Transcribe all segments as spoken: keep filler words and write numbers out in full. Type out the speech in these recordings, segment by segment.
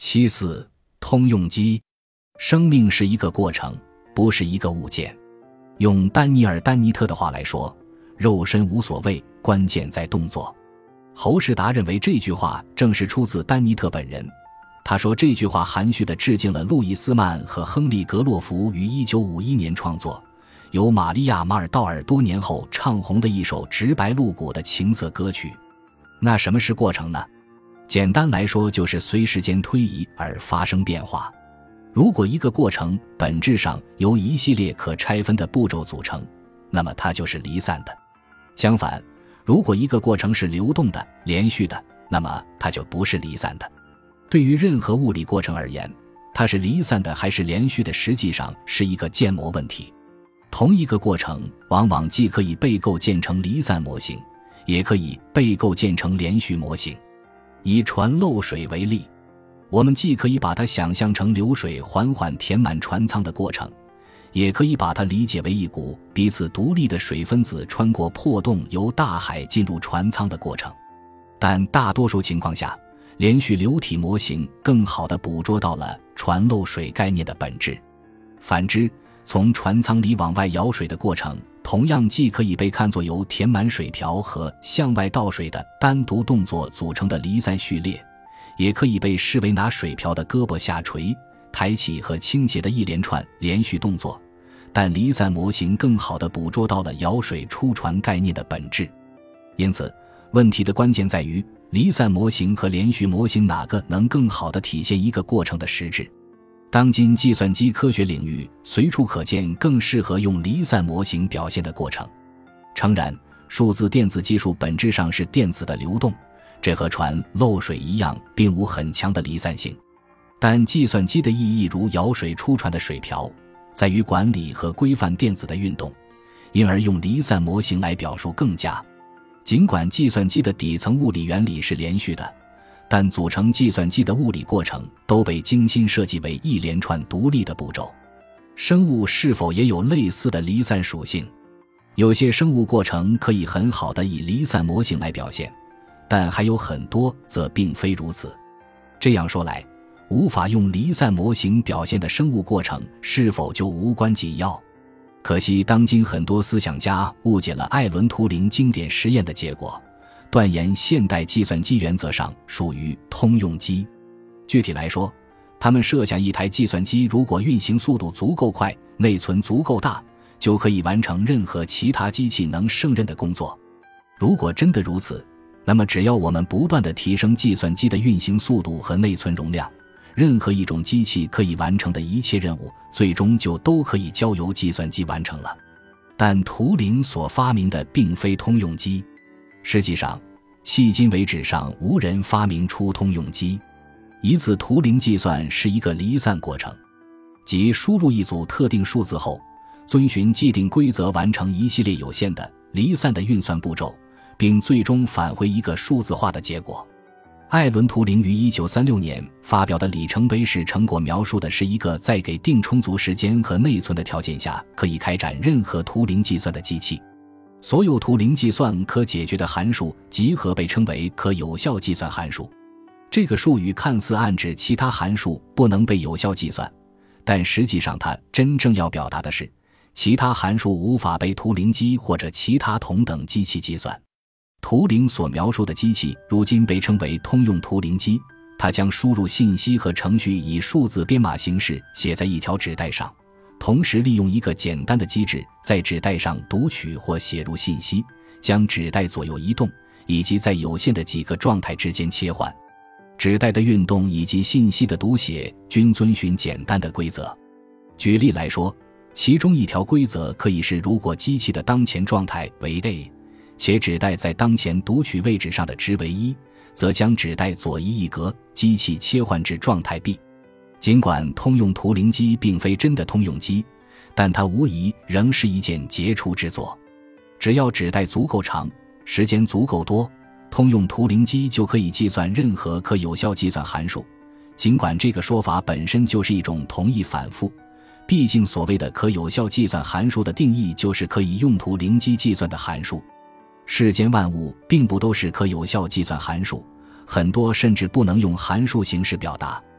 其四，通用机。生命是一个过程，不是一个物件。用丹尼尔·丹尼特的话来说，肉身无所谓，关键在动作。侯世达认为这句话正是出自丹尼特本人。他说这句话含蓄地致敬了路易斯曼和亨利·格洛弗于一九五一年创作，由玛利亚·马尔道尔多年后唱红的一首直白露骨的情色歌曲。那什么是过程呢？简单来说，就是随时间推移而发生变化。如果一个过程本质上由一系列可拆分的步骤组成，那么它就是离散的。相反，如果一个过程是流动的、连续的，那么它就不是离散的。对于任何物理过程而言，它是离散的还是连续的，实际上是一个建模问题。同一个过程往往既可以被构建成离散模型，也可以被构建成连续模型。以船漏水为例，我们既可以把它想象成流水缓缓填满船舱的过程，也可以把它理解为一股彼此独立的水分子穿过破洞由大海进入船舱的过程。但大多数情况下，连续流体模型更好地捕捉到了船漏水概念的本质。反之，从船舱里往外舀水的过程，同样既可以被看作由填满水瓢和向外倒水的单独动作组成的离散序列，也可以被视为拿水瓢的胳膊下垂、抬起和倾斜的一连串连续动作。但离散模型更好地捕捉到了舀水出船概念的本质。因此，问题的关键在于离散模型和连续模型哪个能更好地体现一个过程的实质。当今计算机科学领域随处可见更适合用离散模型表现的过程。诚然，数字电子技术本质上是电子的流动，这和船漏水一样并无很强的离散性。但计算机的意义如舀水出船的水瓢，在于管理和规范电子的运动，因而用离散模型来表述更佳。尽管计算机的底层物理原理是连续的，但组成计算机的物理过程都被精心设计为一连串独立的步骤。生物是否也有类似的离散属性？有些生物过程可以很好地以离散模型来表现，但还有很多则并非如此。这样说来，无法用离散模型表现的生物过程是否就无关紧要？可惜当今很多思想家误解了艾伦·图灵经典实验的结果，断言现代计算机原则上属于通用机。具体来说，他们设想一台计算机如果运行速度足够快，内存足够大，就可以完成任何其他机器能胜任的工作。如果真的如此，那么只要我们不断地提升计算机的运行速度和内存容量，任何一种机器可以完成的一切任务，最终就都可以交由计算机完成了。但图灵所发明的并非通用机。实际上，迄今为止上无人发明出通用机。一次图灵计算是一个离散过程，即输入一组特定数字后，遵循既定规则完成一系列有限的离散的运算步骤，并最终返回一个数字化的结果。艾伦·图灵于一九三六年发表的里程碑式成果描述的是一个在给定充足时间和内存的条件下可以开展任何图灵计算的机器。所有图灵计算可解决的函数集合被称为可有效计算函数。这个术语看似暗指其他函数不能被有效计算，但实际上它真正要表达的是，其他函数无法被图灵机或者其他同等机器计算。图灵所描述的机器如今被称为通用图灵机，它将输入信息和程序以数字编码形式写在一条纸带上，同时利用一个简单的机制在纸带上读取或写入信息，将纸带左右移动，以及在有限的几个状态之间切换。纸带的运动以及信息的读写均遵循简单的规则。举例来说，其中一条规则可以是，如果机器的当前状态为 A， 且纸带在当前读取位置上的值为一，则将纸带左移一格，机器切换至状态 B。 尽管通用图灵机并非真的通用机，但它无疑仍是一件杰出之作。只要纸带足够长，时间足够多，通用图灵机就可以计算任何可有效计算函数。尽管这个说法本身就是一种同义反复，毕竟所谓的可有效计算函数的定义就是可以用图灵机计算的函数。世间万物并不都是可有效计算函数，很多甚至不能用函数形式表达。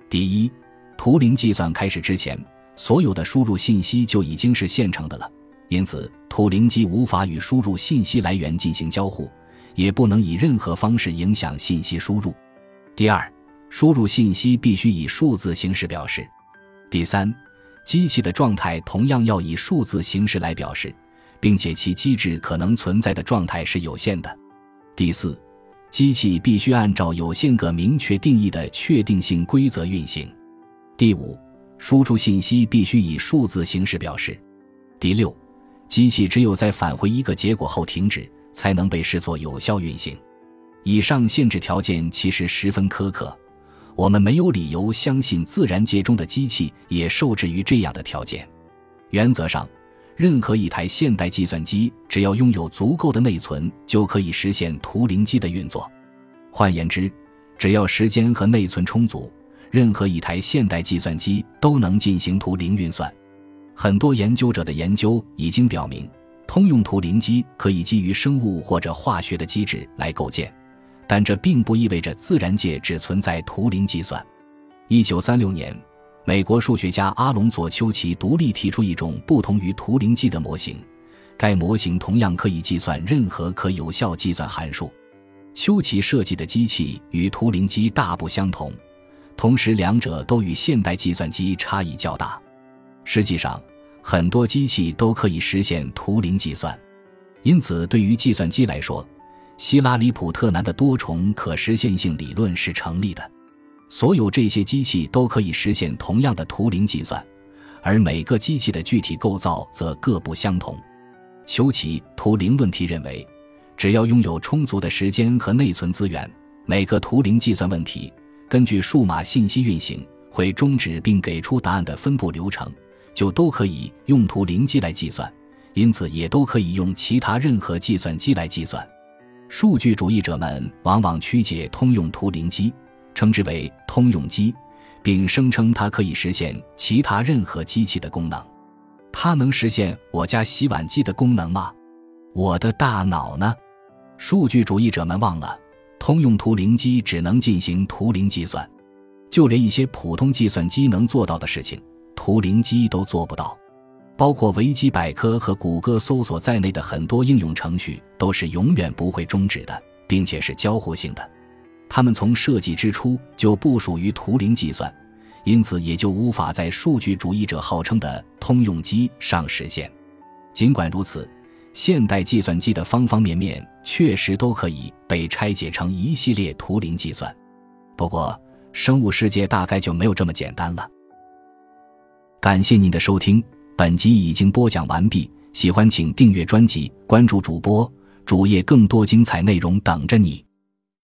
第一，图灵计算开始之前，所有的输入信息就已经是现成的了，因此图灵机无法与输入信息来源进行交互，也不能以任何方式影响信息输入。第二，输入信息必须以数字形式表示。第三，机器的状态同样要以数字形式来表示，并且其机制可能存在的状态是有限的。第四，机器必须按照有限个明确定义的确定性规则运行。第五，输出信息必须以数字形式表示。第六，机器只有在返回一个结果后停止，才能被视作有效运行。以上限制条件其实十分苛刻，我们没有理由相信自然界中的机器也受制于这样的条件。原则上，任何一台现代计算机只要拥有足够的内存，就可以实现图灵机的运作。换言之，只要时间和内存充足，任何一台现代计算机都能进行图灵运算。很多研究者的研究已经表明，通用图灵机可以基于生物或者化学的机制来构建，但这并不意味着自然界只存在图灵计算。一九三六年，美国数学家阿隆佐·丘奇独立提出一种不同于图灵机的模型，该模型同样可以计算任何可有效计算函数。丘奇设计的机器与图灵机大不相同，同时两者都与现代计算机差异较大。实际上，很多机器都可以实现图灵计算，因此对于计算机来说，希拉里·普特南的多重可实现性理论是成立的。所有这些机器都可以实现同样的图灵计算，而每个机器的具体构造则各不相同。丘奇图灵论题认为，只要拥有充足的时间和内存资源，每个图灵计算问题根据数码信息运行会终止并给出答案的分布流程，就都可以用图灵机来计算，因此也都可以用其他任何计算机来计算。数据主义者们往往曲解通用图灵机，称之为通用机，并声称它可以实现其他任何机器的功能。它能实现我家洗碗机的功能吗？我的大脑呢？数据主义者们忘了，通用图灵机只能进行图灵计算，就连一些普通计算机能做到的事情，图灵机都做不到。包括维基百科和谷歌搜索在内的很多应用程序都是永远不会终止的，并且是交互性的。它们从设计之初就不属于图灵计算，因此也就无法在数据主义者号称的通用机上实现。尽管如此，现代计算机的方方面面确实都可以被拆解成一系列图灵计算。不过，生物世界大概就没有这么简单了。感谢您的收听，本集已经播讲完毕，喜欢请订阅专辑，关注主播，主页更多精彩内容等着你。